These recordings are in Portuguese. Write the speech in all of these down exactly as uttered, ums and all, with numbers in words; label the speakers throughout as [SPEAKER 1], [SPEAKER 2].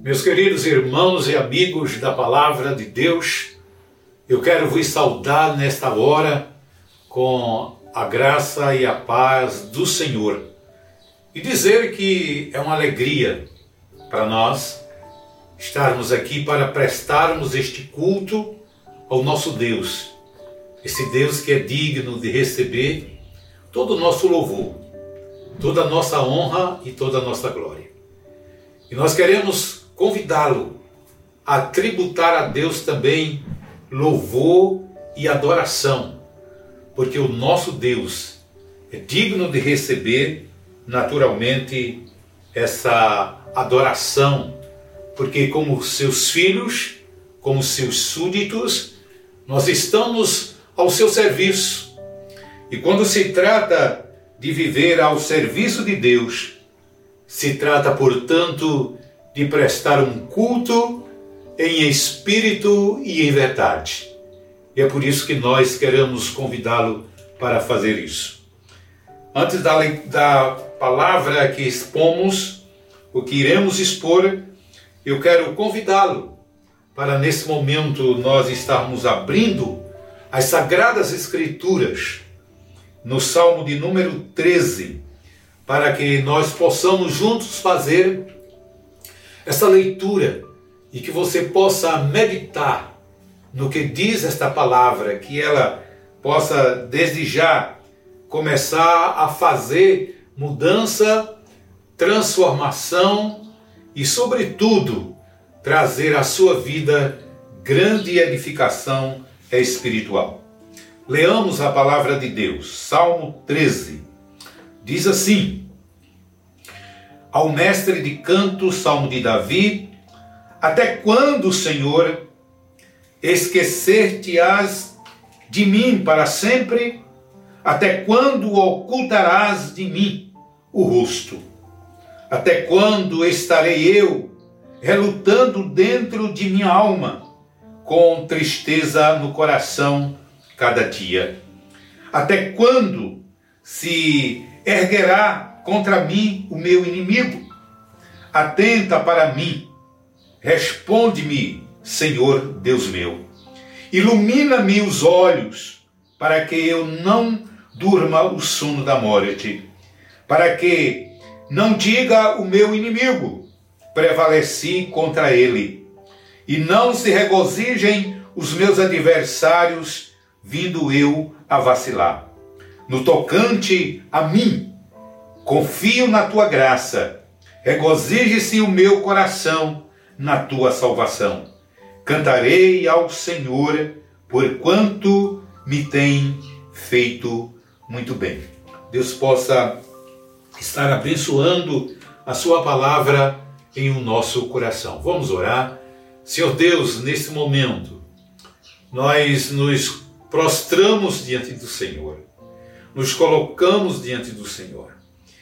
[SPEAKER 1] Meus queridos irmãos e amigos da Palavra de Deus, eu quero vos saudar nesta hora com a graça e a paz do Senhor e dizer que é uma alegria para nós estarmos aqui para prestarmos este culto ao nosso Deus, esse Deus que é digno de receber todo o nosso louvor, toda a nossa honra e toda a nossa glória. E nós queremos convidá-lo a tributar a Deus também louvor e adoração, porque o nosso Deus é digno de receber naturalmente essa adoração, porque como seus filhos, como seus súditos, nós estamos ao seu serviço. E quando se trata de viver ao serviço de Deus, se trata, portanto, de prestar um culto em espírito e em verdade. E é por isso que nós queremos convidá-lo para fazer isso. Antes da, da palavra que expomos, o que iremos expor, eu quero convidá-lo para nesse momento nós estarmos abrindo as Sagradas Escrituras no Salmo de número treze, para que nós possamos juntos fazer essa leitura e que você possa meditar no que diz esta palavra, que ela possa desde já começar a fazer mudança, transformação e, sobretudo, trazer à sua vida grande edificação espiritual. Leamos a palavra de Deus, Salmo treze, diz assim: ao mestre de canto, Salmo de Davi: até quando, Senhor, esquecer-te-ás de mim para sempre? Até quando ocultarás de mim o rosto? Até quando estarei eu relutando dentro de minha alma, com tristeza no coração cada dia? Até quando se erguerá contra mim o meu inimigo? Atenta para mim, responde-me, Senhor Deus meu. Ilumina-me os olhos, para que eu não durma o sono da morte, para que não diga o meu inimigo: prevaleci contra ele, e não se regozijem os meus adversários, vindo eu a vacilar. No tocante a mim, confio na tua graça, regozije-se o meu coração na tua salvação. Cantarei ao Senhor, porquanto me tem feito muito bem. Deus possa estar abençoando a sua palavra em o nosso coração. Vamos orar. Senhor Deus, nesse momento, nós nos prostramos diante do Senhor, nos colocamos diante do Senhor.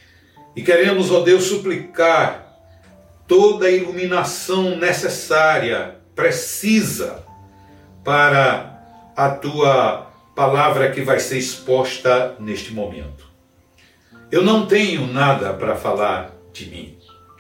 [SPEAKER 1] E queremos, ó Deus, suplicar toda a iluminação necessária, precisa, para a tua palavra que vai ser exposta neste momento. Eu não tenho nada para falar de mim.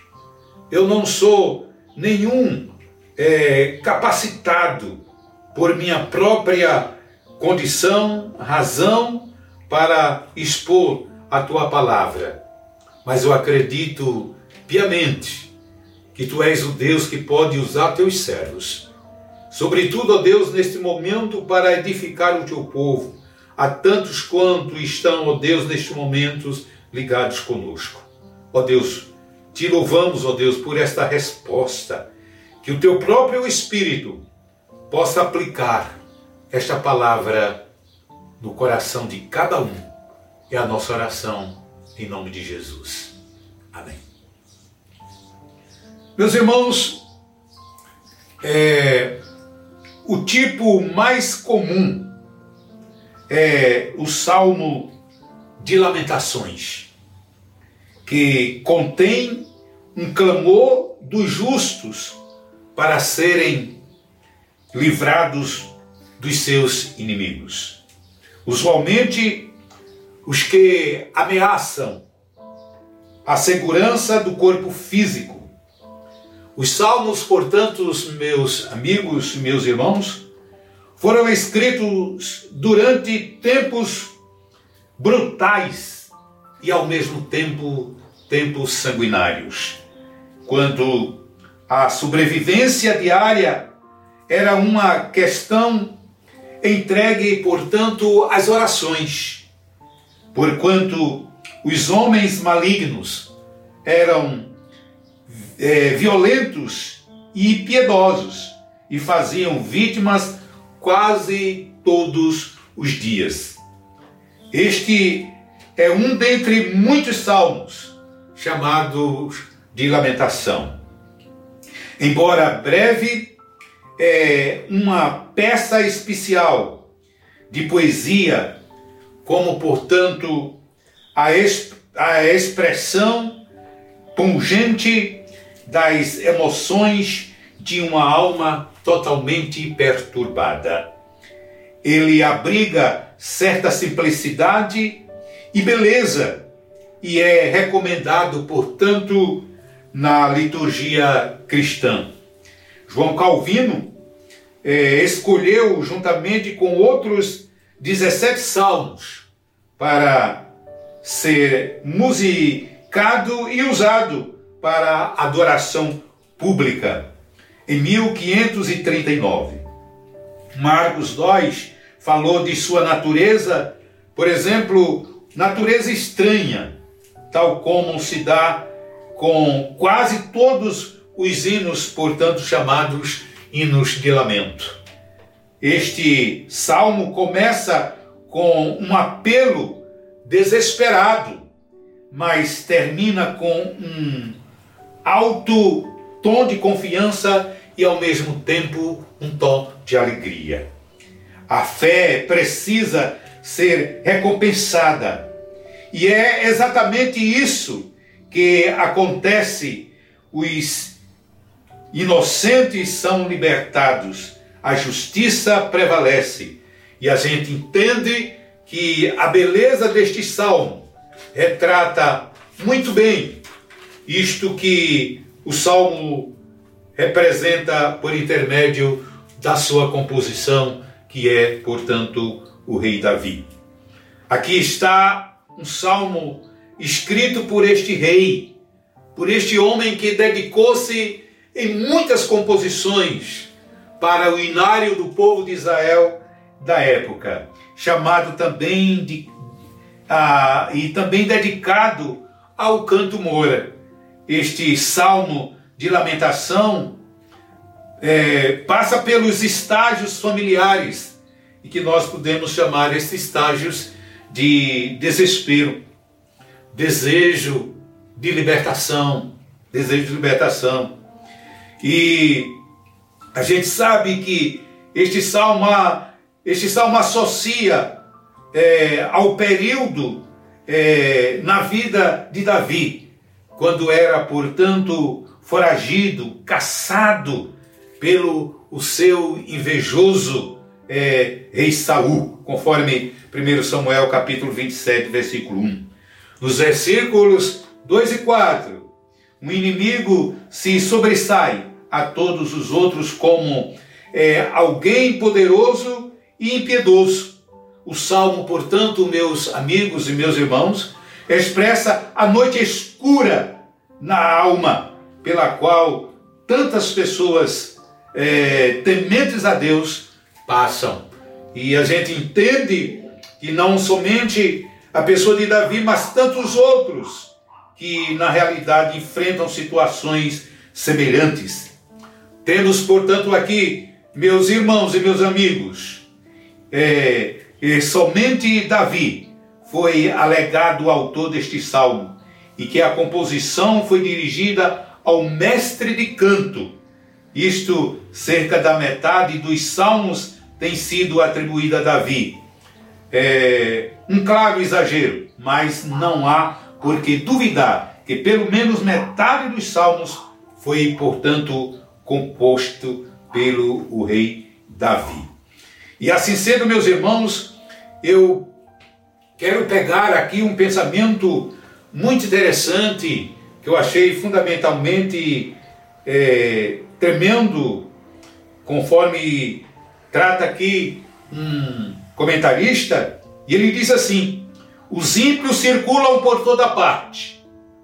[SPEAKER 1] Eu não sou nenhum é, capacitado por minha própria condição, razão, para expor a tua palavra. Mas eu acredito piamente que tu és o Deus que pode usar teus servos. Sobretudo, ó Deus, neste momento para edificar o teu povo, a tantos quanto estão, ó Deus, neste momento ligados conosco. Ó Deus, te louvamos, ó Deus, por esta resposta, que o teu próprio Espírito possa aplicar esta palavra no coração de cada um. É a nossa oração. Em nome de Jesus. Amém. Meus irmãos, é, o tipo mais comum é o Salmo de Lamentações, que contém um clamor dos justos para serem livrados dos seus inimigos. Usualmente, os que ameaçam a segurança do corpo físico, Os salmos, portanto, meus amigos, meus irmãos, foram escritos durante tempos brutais e, ao mesmo tempo, tempos sanguinários, quando a sobrevivência diária era uma questão entregue, portanto, às orações, porquanto os homens malignos eram é, violentos e impiedosos e faziam vítimas quase todos os dias. Este é um dentre muitos salmos chamados de lamentação. Embora breve, é uma peça especial de poesia, como, portanto, a, exp- a expressão pungente das emoções de uma alma totalmente perturbada. Ele abriga certa simplicidade e beleza e é recomendado, portanto, na liturgia cristã. João Calvino eh, escolheu, juntamente com outros dezessete salmos, para ser musicado e usado para adoração pública, em mil quinhentos e trinta e nove. Marcos dois falou de sua natureza, por exemplo, natureza estranha, tal como se dá com quase todos os hinos, portanto, chamados hinos de lamento. Este salmo começa com um apelo desesperado, mas termina com um alto tom de confiança e, ao mesmo tempo, um tom de alegria. A fé precisa ser recompensada, e é exatamente isso que acontece. Os inocentes são libertados, a justiça prevalece, e a gente entende que a beleza deste salmo retrata muito bem isto que o salmo representa por intermédio da sua composição, que é, portanto, o rei Davi. Aqui está um salmo escrito por este rei, por este homem que dedicou-se em muitas composições para o inário do povo de Israel da época, chamado também de, ah, e também dedicado ao canto moura. Este salmo de lamentação é, passa pelos estágios familiares, e que nós podemos chamar esses estágios de desespero, desejo de libertação, desejo de libertação. E a gente sabe que este salmo, este salmo associa é, ao período é, na vida de Davi, quando era, portanto, foragido, caçado pelo o seu invejoso é, rei Saul, conforme primeiro Samuel capítulo vinte e sete, versículo um. Nos versículos dois e quatro, um inimigo se sobressai a todos os outros como é, alguém poderoso e impiedoso. O salmo, portanto, meus amigos e meus irmãos, expressa a noite escura na alma, pela qual tantas pessoas é, tementes a Deus passam. E a gente entende que não somente a pessoa de Davi, mas tantos outros que na realidade enfrentam situações semelhantes. Temos, portanto, aqui, meus irmãos e meus amigos, é, é, somente Davi foi alegado autor deste salmo, e que a composição foi dirigida ao mestre de canto. Isto, cerca da metade dos salmos tem sido atribuída a Davi. É um claro exagero, mas não há por que duvidar que pelo menos metade dos salmos foi, portanto, composto pelo o rei Davi. E assim sendo, meus irmãos, eu quero pegar aqui um pensamento muito interessante que eu achei fundamentalmente é, tremendo, conforme trata aqui um comentarista, e ele diz assim: os ímpios circulam por toda parte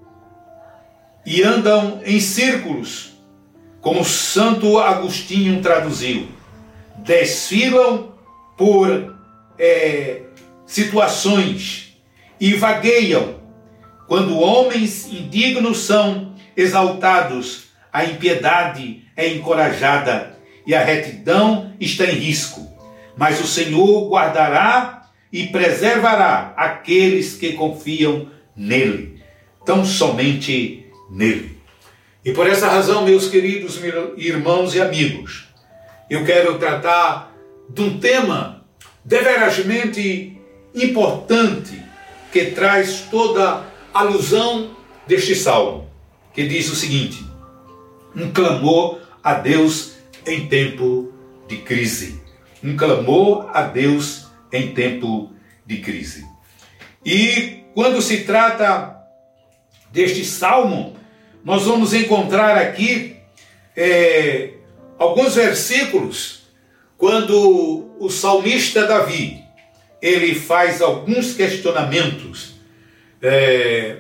[SPEAKER 1] e andam em círculos, como Santo Agostinho traduziu, desfilam por é, situações e vagueiam. Quando homens indignos são exaltados, a impiedade é encorajada e a retidão está em risco. Mas o Senhor guardará e preservará aqueles que confiam nele, tão somente nele. E por essa razão, meus queridos irmãos e amigos, eu quero tratar de um tema deverasmente importante que traz toda a alusão deste salmo, que diz o seguinte: um clamor a Deus em tempo de crise. Um clamor a Deus em tempo de crise. E quando se trata deste salmo, nós vamos encontrar aqui é, alguns versículos quando o salmista Davi ele faz alguns questionamentos é,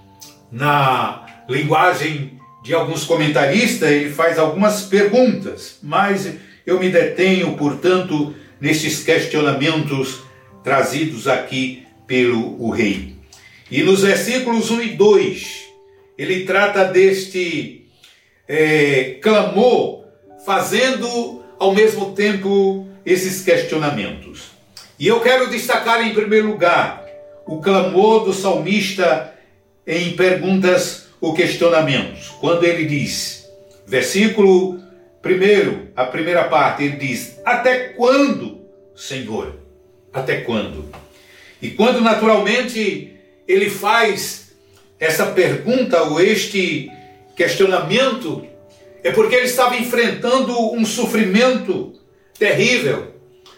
[SPEAKER 1] na linguagem de alguns comentaristas, ele faz algumas perguntas, mas eu me detenho, portanto, nesses questionamentos trazidos aqui pelo o rei. E nos versículos um e dois, ele trata deste é, clamor, fazendo ao mesmo tempo esses questionamentos. E eu quero destacar em primeiro lugar o clamor do salmista em perguntas ou questionamentos. Quando ele diz, versículo primeiro, a primeira parte, ele diz: até quando, Senhor? Até quando? E quando naturalmente ele faz essa pergunta ou este questionamento, é porque ele estava enfrentando um sofrimento terrível.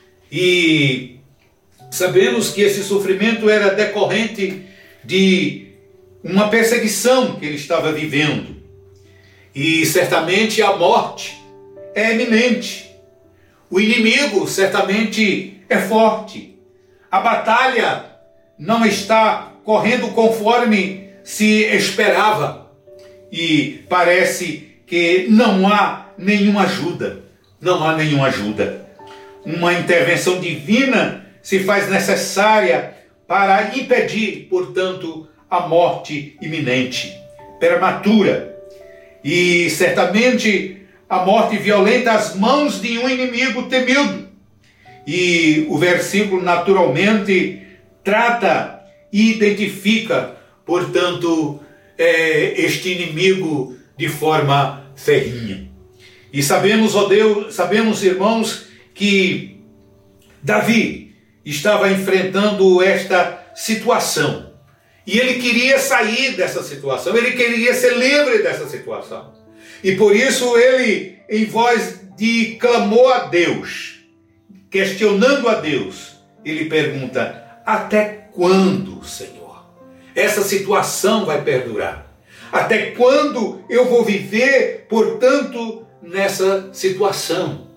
[SPEAKER 1] E sabemos que esse sofrimento era decorrente de uma perseguição que ele estava vivendo. E certamente a morte é iminente. O inimigo certamente é forte. A batalha não está correndo conforme se esperava. E parece que não há nenhuma ajuda. Não há nenhuma ajuda. Uma intervenção divina se faz necessária para impedir, portanto, a morte iminente, prematura. E certamente a morte violenta às mãos de um inimigo temido. E o versículo naturalmente trata e identifica, portanto, é, este inimigo de forma ferrinha. E sabemos, ó Deus, sabemos, irmãos, que Davi estava enfrentando esta situação. E ele queria sair dessa situação, ele queria ser livre dessa situação. E por isso ele, em voz de clamor a Deus, questionando a Deus, ele pergunta: até quando, Senhor, essa situação vai perdurar? Até quando eu vou viver, portanto, nessa situação?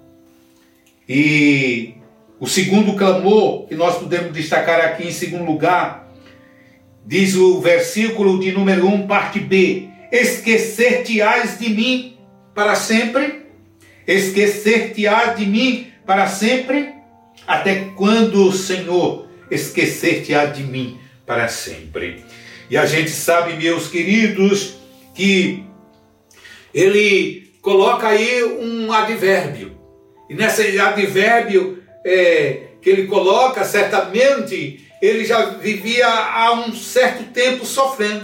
[SPEAKER 1] E o segundo clamor que nós podemos destacar aqui em segundo lugar, diz o versículo de número um, parte B: esquecer-te-ás de mim para sempre? Esquecer-te-ás de mim para sempre? Até quando, Senhor, esquecer-te-ás de mim para sempre? E a gente sabe, meus queridos, que ele coloca aí um advérbio. E nesse advérbio é, que ele coloca, certamente ele já vivia há um certo tempo sofrendo.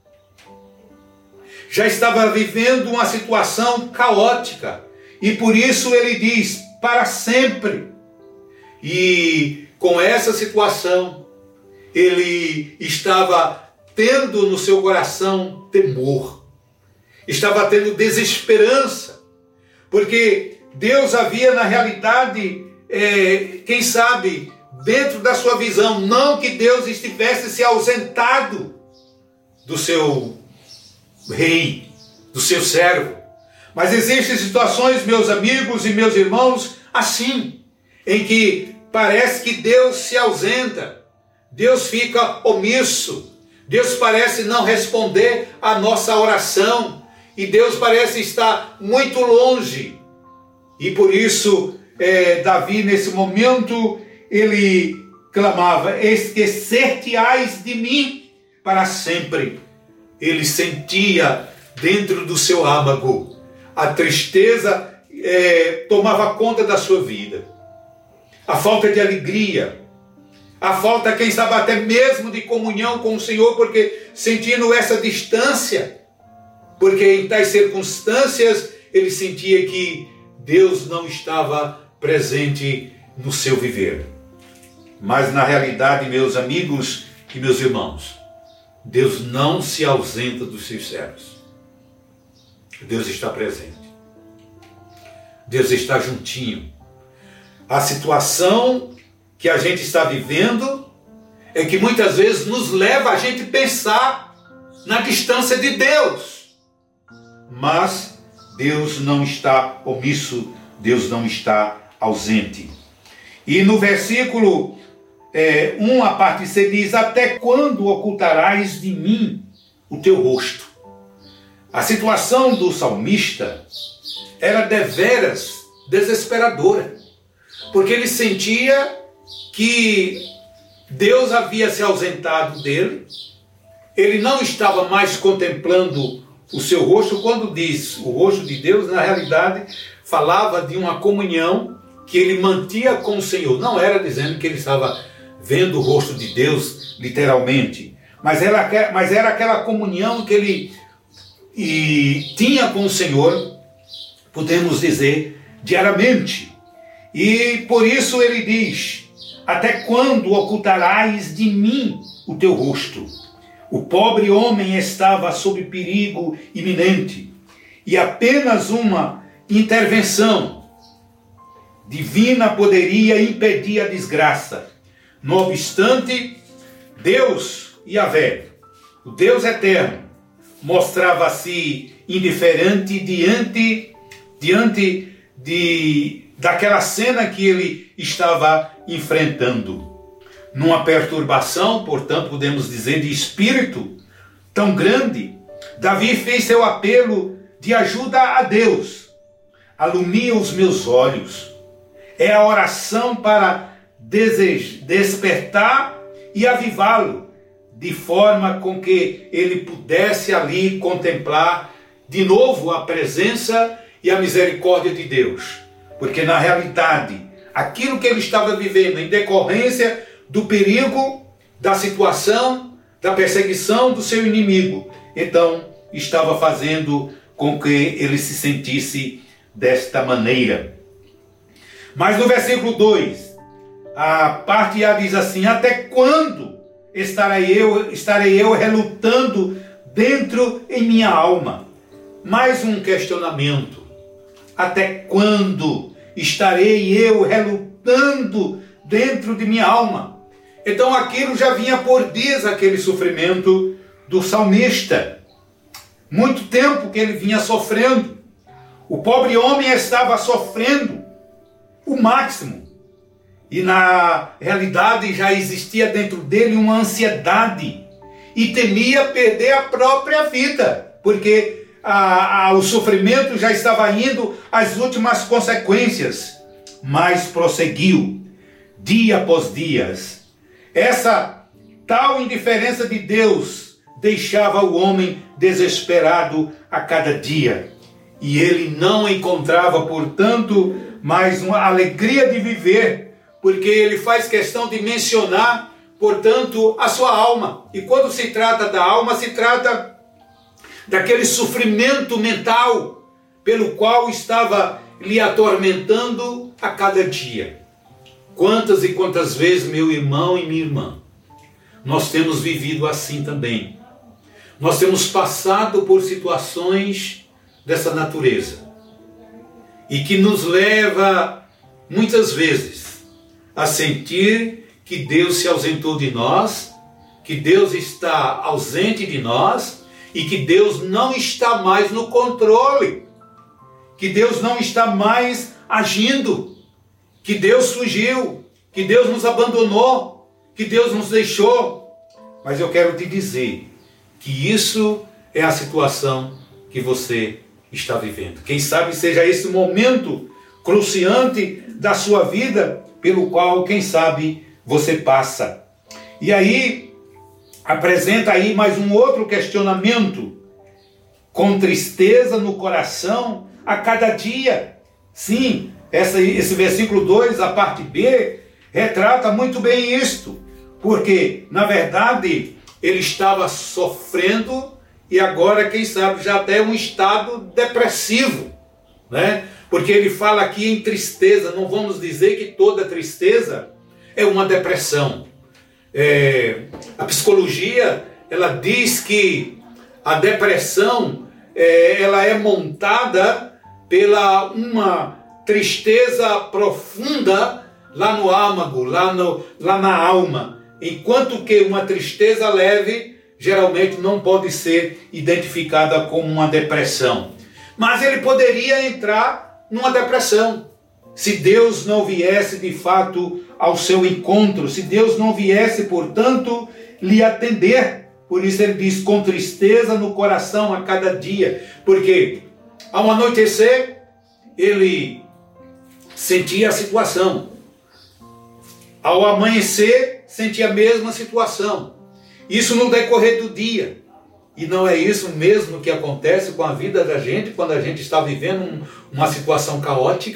[SPEAKER 1] Já estava vivendo uma situação caótica. E por isso ele diz: para sempre. E com essa situação, ele estava tendo no seu coração temor. Estava tendo desesperança. Porque Deus havia, na realidade, é, quem sabe, dentro da sua visão, não que Deus estivesse se ausentado do seu rei, do seu servo, Mas existem situações, meus amigos e meus irmãos, assim, em que parece que Deus se ausenta, Deus fica omisso, Deus parece não responder à nossa oração, e Deus parece estar muito longe. E por isso, é, Davi, nesse momento, ele clamava: esquecer-te-ás de mim para sempre. Ele sentia dentro do seu âmago, a tristeza é, tomava conta da sua vida, a falta de alegria, a falta, quem sabe, até mesmo de comunhão com o Senhor, porque sentindo essa distância, porque em tais circunstâncias ele sentia que Deus não estava presente no seu viver. Mas na realidade, meus amigos e meus irmãos, Deus não se ausenta dos seus servos. Deus está presente. Deus está juntinho. A situação que a gente está vivendo é que muitas vezes nos leva a gente pensar na distância de Deus. Mas Deus não está omisso, Deus não está ausente. E no versículo é, um, a parte C diz: até quando ocultarás de mim o teu rosto? A situação do salmista era deveras desesperadora, porque ele sentia que Deus havia se ausentado dele, ele não estava mais contemplando o seu rosto. Quando diz o rosto de Deus, na realidade falava de uma comunhão que ele mantinha com o Senhor. Não era dizendo que ele estava vendo o rosto de Deus literalmente, mas era, mas era aquela comunhão que ele e, tinha com o Senhor, podemos dizer, diariamente. E por isso ele diz: até quando ocultarás de mim o teu rosto? O pobre homem estava sob perigo iminente, e apenas uma intervenção divina poderia impedir a desgraça. Não obstante, Deus, Yahvé, o Deus eterno, mostrava-se indiferente diante, diante de, daquela cena que ele estava enfrentando. Numa perturbação, portanto, podemos dizer, de espírito tão grande, Davi fez seu apelo de ajuda a Deus. Alumia os meus olhos. É a oração para desej- despertar e avivá-lo, de forma com que ele pudesse ali contemplar de novo a presença e a misericórdia de Deus. Porque na realidade, aquilo que ele estava vivendo em decorrência do perigo, da situação, da perseguição do seu inimigo, então estava fazendo com que ele se sentisse desta maneira. Mas no versículo dois, a parte A diz assim: até quando estarei eu, estarei eu relutando dentro em minha alma? Mais um questionamento: até quando estarei eu relutando dentro de minha alma? Então aquilo já vinha por dias, aquele sofrimento do salmista. Muito tempo que ele vinha sofrendo. O pobre homem estava sofrendo o máximo. E na realidade já existia dentro dele uma ansiedade. E temia perder a própria vida. Porque a, a, o sofrimento já estava indo às últimas consequências. Mas prosseguiu, dia após dia. Essa tal indiferença de Deus deixava o homem desesperado a cada dia. E ele não encontrava, portanto, mais uma alegria de viver, porque ele faz questão de mencionar, portanto, a sua alma. E quando se trata da alma, se trata daquele sofrimento mental pelo qual estava lhe atormentando a cada dia. Quantas e quantas vezes, meu irmão e minha irmã, nós temos vivido assim também. Nós temos passado por situações dessa natureza e que nos leva, muitas vezes, a sentir que Deus se ausentou de nós, que Deus está ausente de nós e que Deus não está mais no controle. que Deus não está mais agindo, que Deus fugiu, que Deus nos abandonou, que Deus nos deixou. Mas eu quero te dizer que isso é a situação que você está vivendo. Quem sabe seja esse momento cruciante da sua vida, pelo qual, quem sabe, você passa. E aí, apresenta aí mais um outro questionamento. Com tristeza no coração a cada dia. Sim, essa, esse versículo dois, a parte B, retrata muito bem isto. Porque, na verdade, ele estava sofrendo e agora, quem sabe, já até um estado depressivo, né? Porque ele fala aqui em tristeza. Não vamos dizer que toda tristeza é uma depressão. É, a psicologia, ela diz que a depressão é, ela é montada pela uma tristeza profunda lá no âmago, lá, no, lá na alma. Enquanto que uma tristeza leve geralmente não pode ser identificada como uma depressão. Mas ele poderia entrar numa depressão se Deus não viesse de fato ao seu encontro, se Deus não viesse, portanto, lhe atender. Por isso ele diz, com tristeza no coração a cada dia. Porque ao anoitecer, ele sentia a situação. Ao amanhecer, sentia a mesma situação. Isso no decorrer do dia. E não é isso mesmo que acontece com a vida da gente quando a gente está vivendo um, uma situação caótica?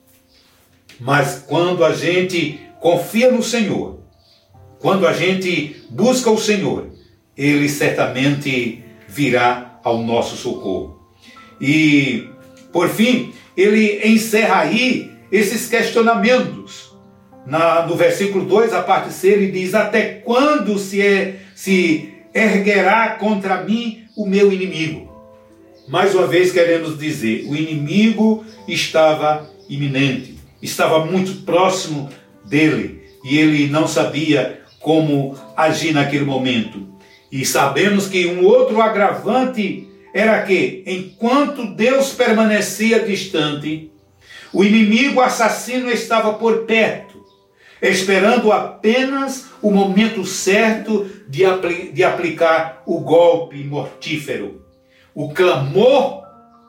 [SPEAKER 1] Mas quando a gente confia no Senhor, quando a gente busca o Senhor, Ele certamente virá ao nosso socorro. E, por fim, ele encerra aí esses questionamentos. Na, no versículo dois, a parte C, ele diz, até quando se, é, se erguerá contra mim o meu inimigo? Mais uma vez queremos dizer, o inimigo estava iminente, estava muito próximo dele, e ele não sabia como agir naquele momento. E sabemos que um outro agravante era que, enquanto Deus permanecia distante, o inimigo assassino estava por perto, esperando apenas o momento certo de, apl- de aplicar o golpe mortífero. O clamor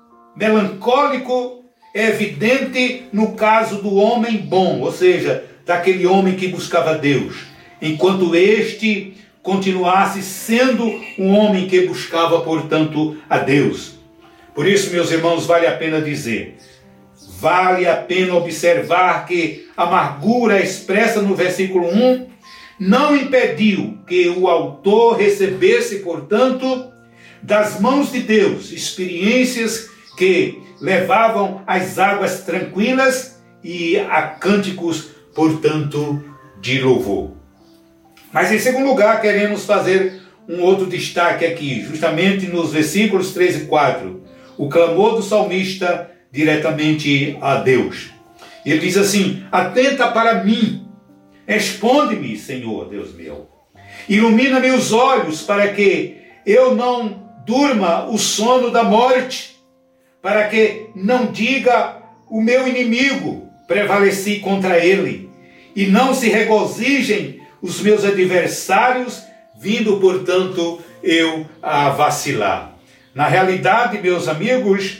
[SPEAKER 1] melancólico é evidente no caso do homem bom, ou seja, daquele homem que buscava Deus, enquanto este continuasse sendo um homem que buscava, portanto, a Deus. Por isso, meus irmãos, vale a pena dizer, vale a pena observar que a amargura expressa no versículo um não impediu que o autor recebesse, portanto, das mãos de Deus, experiências que levavam às águas tranquilas e a cânticos, portanto, de louvor. Mas, em segundo lugar, queremos fazer um outro destaque aqui, justamente nos versículos três e quatro, o clamor do salmista diretamente a Deus. Ele diz assim, atenta para mim, responde-me, Senhor, Deus meu, ilumina-me os olhos para que eu não durma o sono da morte, para que não diga o meu inimigo, prevaleci contra ele, e não se regozijem os meus adversários, vindo, portanto, eu a vacilar. Na realidade, meus amigos,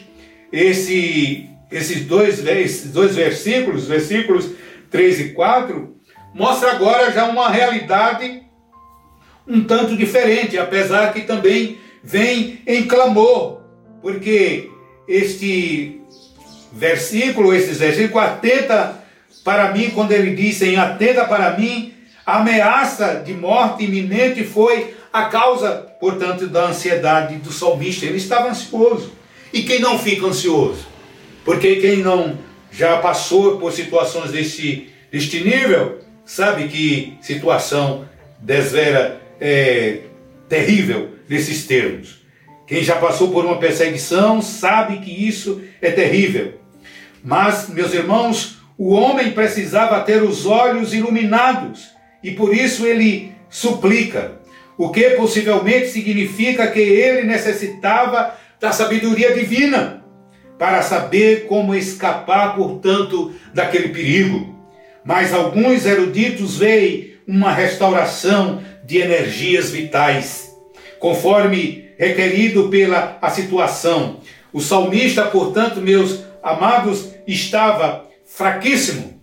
[SPEAKER 1] esse, esses, dois, esses dois versículos, versículos três e quatro, mostra agora já uma realidade um tanto diferente, apesar que também vem em clamor, porque este versículo, esses versículos, atenta para mim, quando ele diz em atenta para mim, a ameaça de morte iminente foi a causa, portanto, da ansiedade do salmista. Ele estava ansioso. E quem não fica ansioso? Porque quem não já passou por situações deste, deste nível, sabe que situação desvera é, terrível nesses termos. Quem já passou por uma perseguição sabe que isso é terrível. Mas, meus irmãos, o homem precisava ter os olhos iluminados e por isso ele suplica, o que possivelmente significa que ele necessitava da sabedoria divina para saber como escapar, portanto, daquele perigo. Mas alguns eruditos veem uma restauração de energias vitais, conforme requerido pela a situação. O salmista, portanto, meus amados, estava fraquíssimo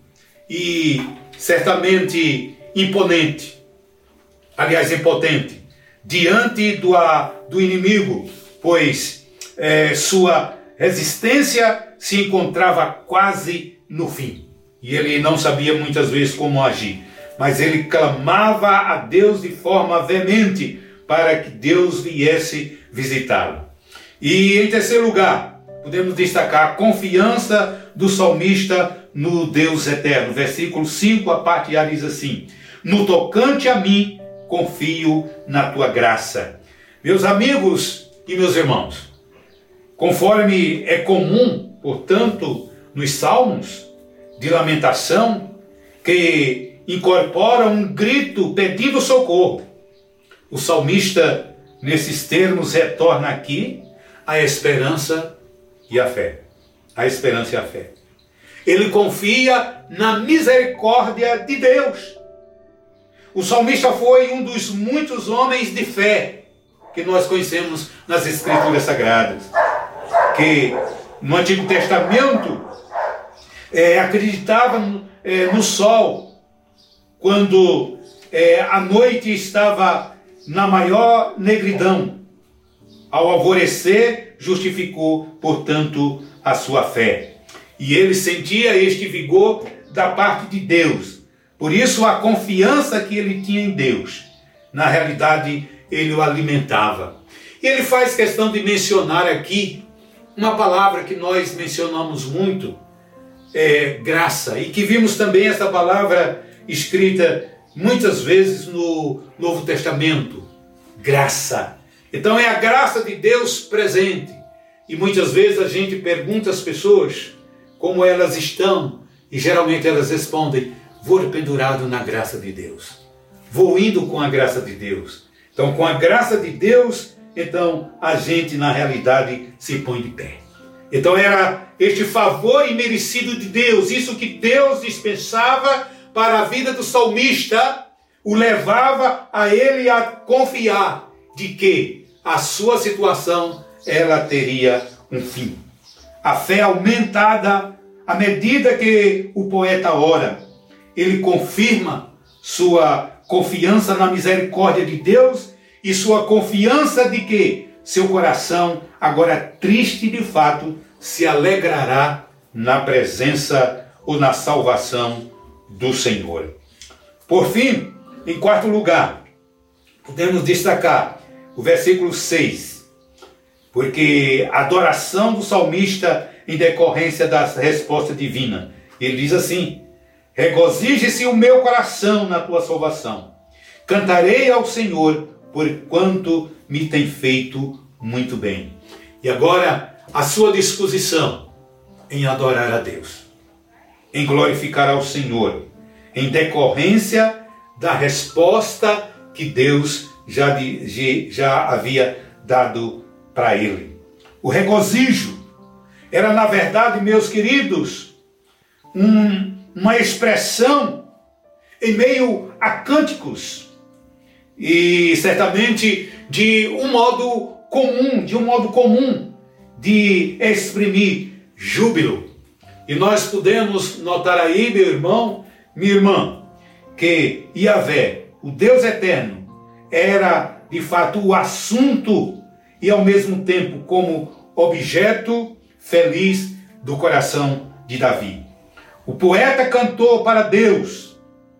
[SPEAKER 1] e certamente imponente, aliás, impotente, diante do, do inimigo, pois é, sua resistência se encontrava quase no fim. E ele não sabia muitas vezes como agir, mas ele clamava a Deus de forma veemente para que Deus viesse visitá-lo. E em terceiro lugar, podemos destacar a confiança do salmista no Deus eterno. Versículo cinco, a parte A diz assim: no tocante a mim, confio na tua graça. Meus amigos e meus irmãos, conforme é comum, portanto, nos salmos de lamentação, que incorpora um grito pedindo socorro, o salmista, nesses termos, retorna aqui a esperança e a fé. A esperança e a fé. Ele confia na misericórdia de Deus. O salmista foi um dos muitos homens de fé que nós conhecemos nas Escrituras Sagradas, que no Antigo Testamento é, acreditava é, no sol, quando é, a noite estava na maior negridão. Ao alvorecer, justificou, portanto, a sua fé. E ele sentia este vigor da parte de Deus. Por isso, a confiança que ele tinha em Deus, na realidade, ele o alimentava. E ele faz questão de mencionar aqui uma palavra que nós mencionamos muito, é, graça, e que vimos também essa palavra escrita muitas vezes no Novo Testamento, graça. Então é a graça de Deus presente. E muitas vezes a gente pergunta às pessoas como elas estão, e geralmente elas respondem: vou pendurado na graça de Deus, vou indo com a graça de Deus. Então, com a graça de Deus, então a gente na realidade se põe de pé. Então era este favor imerecido de Deus, isso que Deus dispensava para a vida do salmista, o levava a ele a confiar de que a sua situação ela teria um fim. A fé aumentada à medida que o poeta ora, ele confirma sua confiança na misericórdia de Deus e sua confiança de que seu coração, agora triste de fato, se alegrará na presença ou na salvação do Senhor. Por fim, em quarto lugar, podemos destacar o versículo seis, porque a adoração do salmista em decorrência da resposta divina. Ele diz assim: regozije-se o meu coração na tua salvação. Cantarei ao Senhor, porquanto me tem feito muito bem. E agora, a sua disposição em adorar a Deus, em glorificar ao Senhor, em decorrência da resposta que Deus já, já havia dado para ele. O regozijo era, na verdade, meus queridos, um, uma expressão em meio a cânticos, e certamente de um modo comum, de um modo comum de exprimir júbilo. E nós podemos notar aí, meu irmão, minha irmã, que Yahvé, o Deus eterno, era de fato o assunto e ao mesmo tempo como objeto feliz do coração de Davi. O poeta cantou para Deus,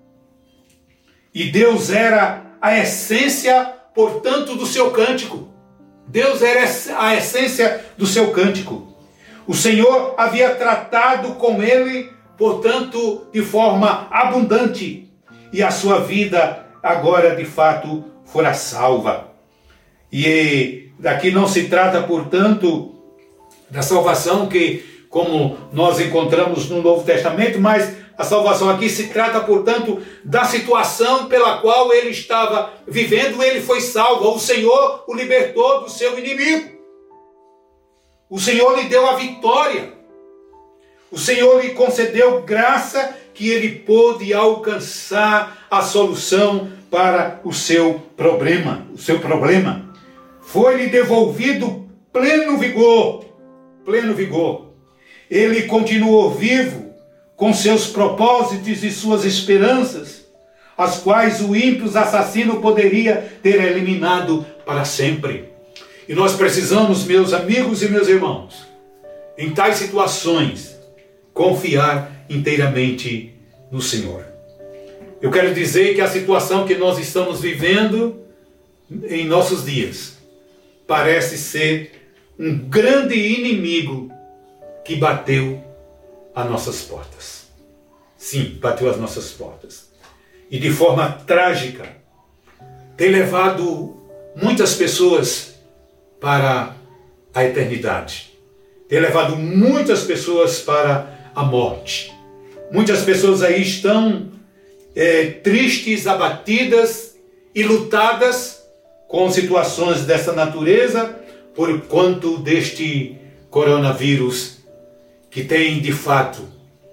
[SPEAKER 1] e Deus era a essência, portanto, do seu cântico. Deus era a essência do seu cântico. O Senhor havia tratado com ele, portanto, de forma abundante, e a sua vida agora, de fato, fora salva. E daqui não se trata, portanto, da salvação que, como nós encontramos no Novo Testamento, mas a salvação aqui se trata, portanto, da situação pela qual ele estava vivendo. Ele foi salvo, o Senhor o libertou do seu inimigo. O Senhor lhe deu a vitória. O Senhor lhe concedeu graça que ele pôde alcançar a solução para o seu problema. O seu problema. Foi-lhe devolvido pleno vigor. Pleno vigor. Ele continuou vivo com seus propósitos e suas esperanças, as quais o ímpio assassino poderia ter eliminado para sempre. E nós precisamos, meus amigos e meus irmãos, em tais situações, confiar inteiramente no Senhor. Eu quero dizer que a situação que nós estamos vivendo em nossos dias parece ser um grande inimigo que bateu às nossas portas. Sim, bateu às nossas portas. E de forma trágica, tem levado muitas pessoas para a eternidade. Tem levado muitas pessoas para a morte. Muitas pessoas aí estão é, tristes, abatidas e lutadas com situações dessa natureza por conta deste coronavírus que tem, de fato,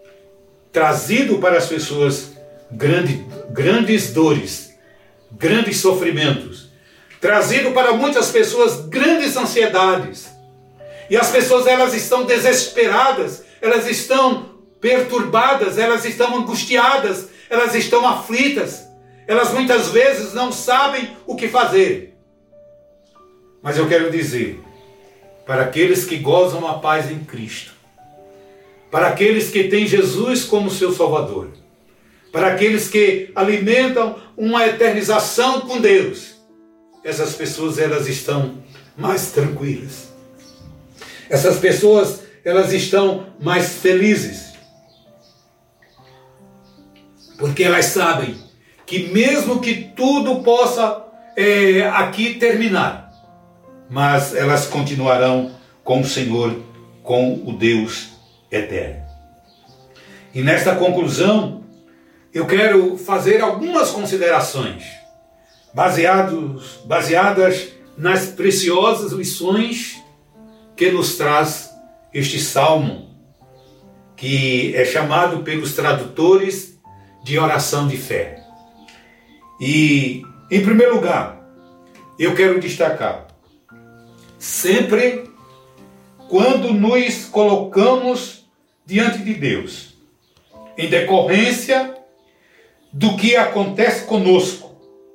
[SPEAKER 1] trazido para as pessoas grande, grandes dores, grandes sofrimentos, trazido para muitas pessoas grandes ansiedades. E as pessoas, elas estão desesperadas, elas estão perturbadas, elas estão angustiadas, elas estão aflitas, elas muitas vezes não sabem o que fazer. Mas eu quero dizer, para aqueles que gozam a paz em Cristo, para aqueles que têm Jesus como seu Salvador, para aqueles que alimentam uma eternização com Deus, essas pessoas, elas estão mais tranquilas. Essas pessoas, elas estão mais felizes. Porque elas sabem que mesmo que tudo possa é, aqui terminar, mas elas continuarão com o Senhor, com o Deus eterno. E nesta conclusão, eu quero fazer algumas considerações baseados, baseadas nas preciosas lições que nos traz este salmo, que é chamado pelos tradutores de oração de fé. E, em primeiro lugar, eu quero destacar, sempre quando nos colocamos diante de Deus, em decorrência do que acontece conosco,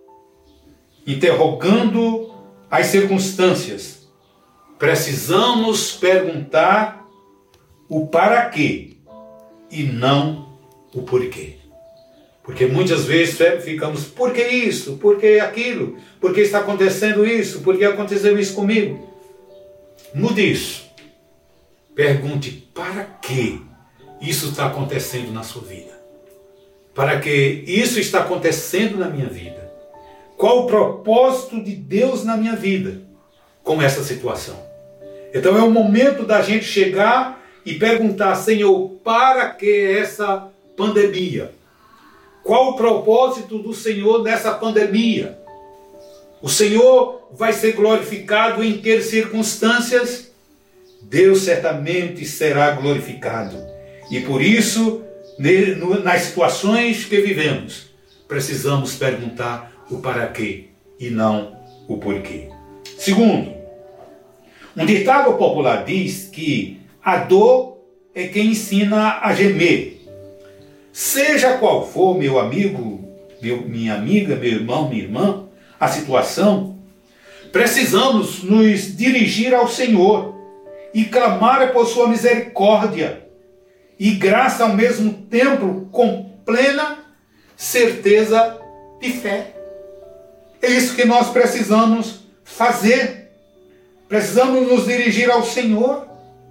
[SPEAKER 1] interrogando as circunstâncias, precisamos perguntar o para quê e não o porquê. Porque muitas vezes ficamos, por que isso? Por que aquilo? Por que está acontecendo isso? Por que aconteceu isso comigo? Mude isso. Pergunte para que isso está acontecendo na sua vida. Para que isso está acontecendo na minha vida. Qual o propósito de Deus na minha vida com essa situação? Então é o momento da gente chegar e perguntar, Senhor, para que essa pandemia? Qual o propósito do Senhor nessa pandemia? O Senhor vai ser glorificado em que circunstâncias? Deus certamente será glorificado. E por isso, nas situações que vivemos, precisamos perguntar o para quê e não o porquê. Segundo, um ditado popular diz que a dor é quem ensina a gemer. Seja qual for, meu amigo, meu, minha amiga, meu irmão, minha irmã, a situação, precisamos nos dirigir ao Senhor e clamar por sua misericórdia e graça ao mesmo tempo, com plena certeza de fé. É isso que nós precisamos fazer. Precisamos nos dirigir ao Senhor,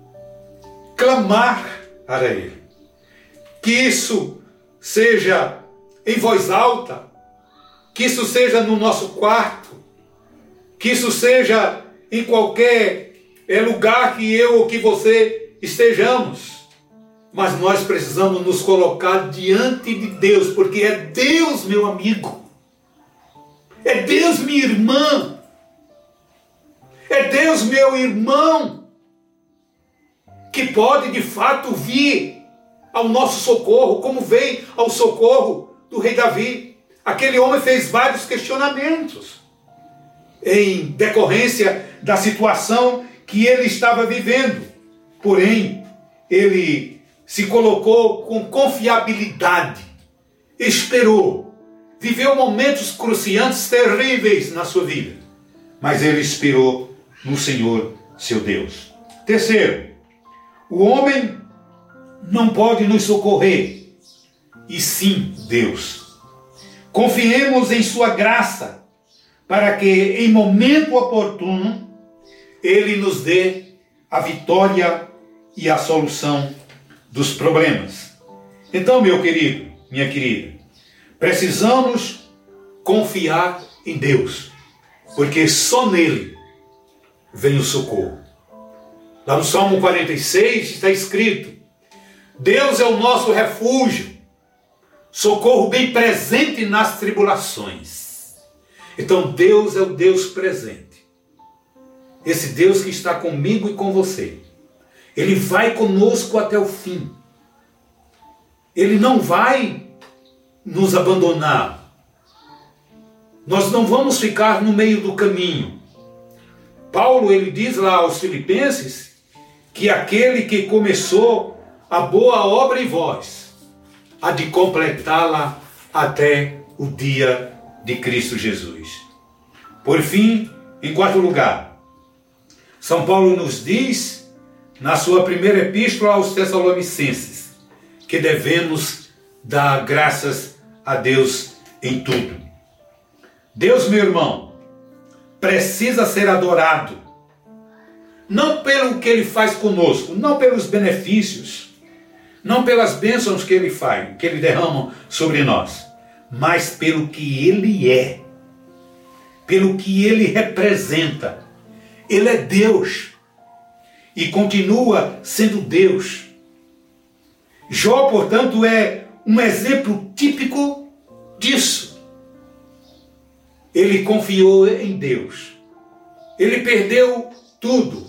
[SPEAKER 1] clamar para Ele. Que isso seja em voz alta, que isso seja no nosso quarto, que isso seja em qualquer lugar que eu ou que você estejamos. Mas nós precisamos nos colocar diante de Deus, porque é Deus, meu amigo. É Deus, minha irmã. É Deus, meu irmão, que pode de fato vir ao nosso socorro, como veio ao socorro do rei Davi. Aquele homem fez vários questionamentos em decorrência da situação que ele estava vivendo. Porém, ele se colocou com confiabilidade, esperou, viveu momentos cruciantes, terríveis na sua vida, mas ele esperou no Senhor, seu Deus. Terceiro, o homem não pode nos socorrer, e sim Deus. Confiemos em sua graça, para que em momento oportuno Ele nos dê a vitória e a solução dos problemas. Então, meu querido, minha querida, precisamos confiar em Deus, porque só nele vem o socorro. Lá no Salmo quarenta e seis está escrito: Deus é o nosso refúgio, socorro bem presente nas tribulações. Então Deus é o Deus presente. Esse Deus que está comigo e com você. Ele vai conosco até o fim. Ele não vai nos abandonar. Nós não vamos ficar no meio do caminho. Paulo, ele diz lá aos Filipenses que aquele que começou a boa obra em vós há de completá-la até o dia de Cristo Jesus. Por fim, em quarto lugar, São Paulo nos diz, na sua primeira epístola aos Tessalonicenses, que devemos dar graças a Deus em tudo. Deus, meu irmão, precisa ser adorado, não pelo que Ele faz conosco, não pelos benefícios, não pelas bênçãos que Ele faz, que Ele derrama sobre nós, mas pelo que Ele é, pelo que Ele representa. Ele é Deus e continua sendo Deus. Jó, portanto, é um exemplo típico disso. Ele confiou em Deus. Ele perdeu tudo,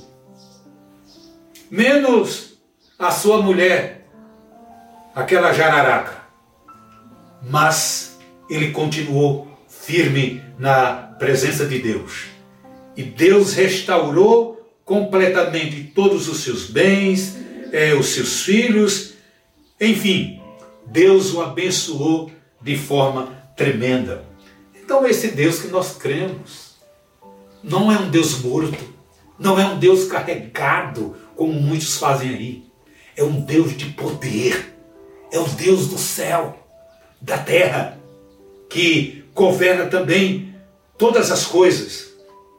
[SPEAKER 1] menos a sua mulher, aquela jararaca. Mas ele continuou firme na presença de Deus. E Deus restaurou completamente todos os seus bens, eh, os seus filhos. Enfim, Deus o abençoou de forma tremenda. Então esse Deus que nós cremos não é um Deus morto, não é um Deus carregado, como muitos fazem aí. É um Deus de poder, é o Deus do céu, da terra, que governa também todas as coisas.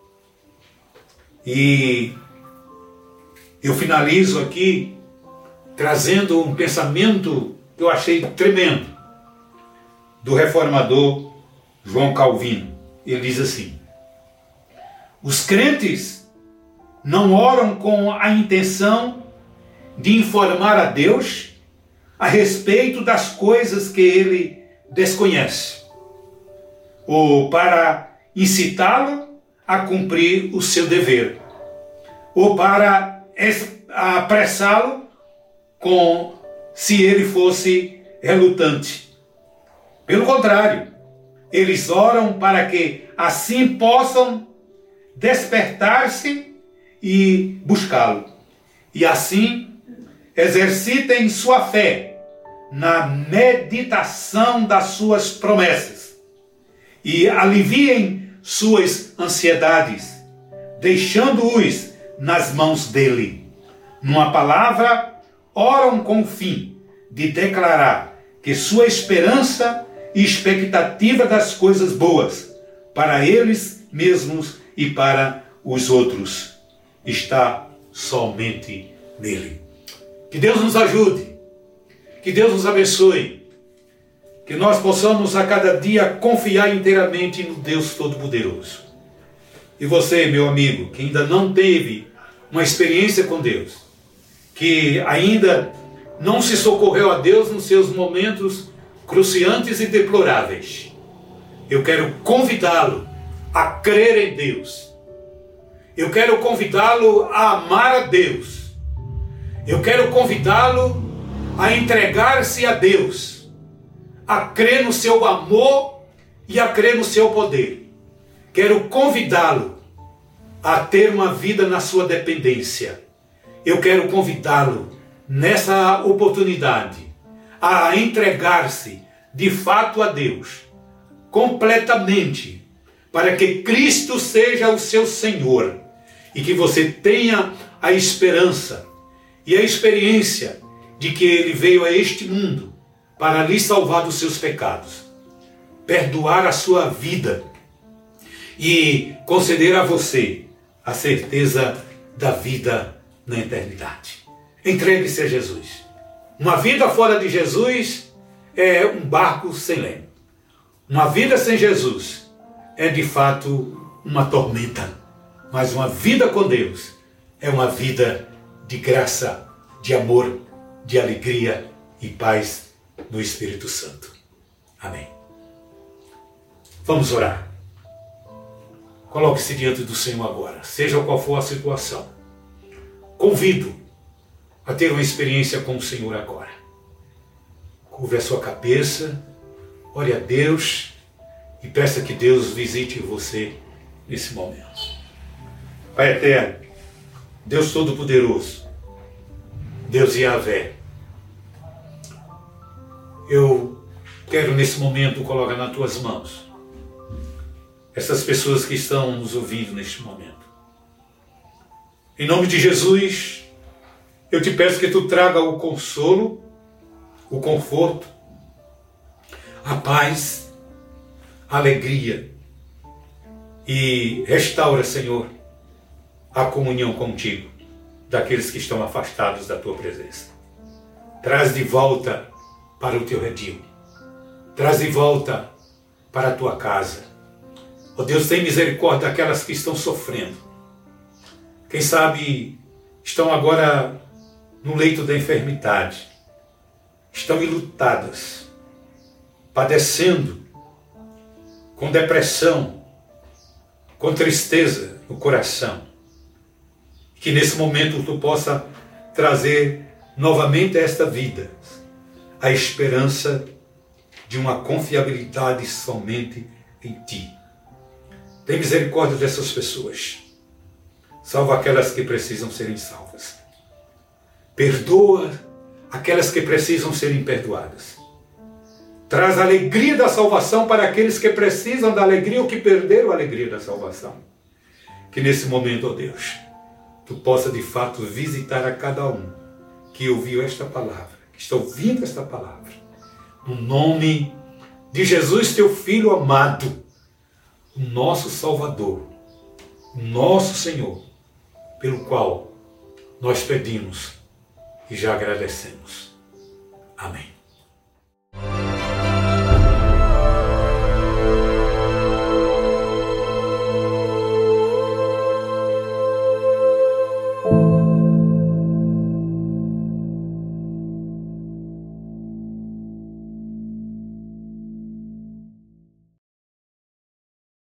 [SPEAKER 1] E eu finalizo aqui trazendo um pensamento que eu achei tremendo, do reformador João Calvino. Ele diz assim: os crentes não oram com a intenção de informar a Deus a respeito das coisas que ele desconhece, ou para incitá-lo a cumprir o seu dever, ou para apressá-lo com se ele fosse relutante. Pelo contrário, eles oram para que assim possam despertar-se e buscá-lo, e assim exercitem sua fé na meditação das suas promessas e aliviem suas ansiedades, deixando-os nas mãos dele. Numa palavra, oram com o fim de declarar que sua esperança e expectativa das coisas boas para eles mesmos e para os outros está somente nele. Que Deus nos ajude, que Deus nos abençoe, que nós possamos a cada dia confiar inteiramente no Deus Todo-Poderoso. E você, meu amigo, que ainda não teve uma experiência com Deus, que ainda não se socorreu a Deus nos seus momentos cruciantes e deploráveis, eu quero convidá-lo a crer em Deus. Eu quero convidá-lo a amar a Deus. Eu quero convidá-lo a entregar-se a Deus, a crer no seu amor e a crer no seu poder. Quero convidá-lo a ter uma vida na sua dependência. Eu quero convidá-lo nessa oportunidade a entregar-se de fato a Deus, completamente, para que Cristo seja o seu Senhor e que você tenha a esperança e a experiência de que Ele veio a este mundo para lhe salvar dos seus pecados, perdoar a sua vida e conceder a você a certeza da vida na eternidade. Entregue-se a Jesus. Uma vida fora de Jesus é um barco sem leme. Uma vida sem Jesus é de fato uma tormenta. Mas uma vida com Deus é uma vida de graça, de amor, de alegria e paz no Espírito Santo. Amém. Vamos orar. Coloque-se diante do Senhor agora, seja qual for a situação. Convido a ter uma experiência com o Senhor agora. Curve a sua cabeça, ore a Deus e peça que Deus visite você nesse momento. Pai eterno, Deus Todo-Poderoso, Deus Yahvé, eu quero nesse momento colocar nas tuas mãos essas pessoas que estão nos ouvindo neste momento. Em nome de Jesus, eu te peço que tu traga o consolo, o conforto, a paz, a alegria e restaura, Senhor, a comunhão contigo daqueles que estão afastados da tua presença. Traz de volta para o teu redil. Traz de volta para a tua casa. Ó Deus, tem misericórdia daquelas que estão sofrendo. Quem sabe estão agora no leito da enfermidade. Estão enlutadas, padecendo, com depressão, com tristeza no coração. Que nesse momento tu possa trazer novamente a esta vida a esperança de uma confiabilidade somente em ti. Tem misericórdia dessas pessoas. Salva aquelas que precisam serem salvas. Perdoa aquelas que precisam serem perdoadas. Traz a alegria da salvação para aqueles que precisam da alegria ou que perderam a alegria da salvação. Que nesse momento, ó Deus, tu possa de fato visitar a cada um que ouviu esta palavra, que está ouvindo esta palavra. No nome de Jesus, teu Filho amado, o nosso Salvador, o nosso Senhor, pelo qual nós pedimos e já agradecemos. Amém.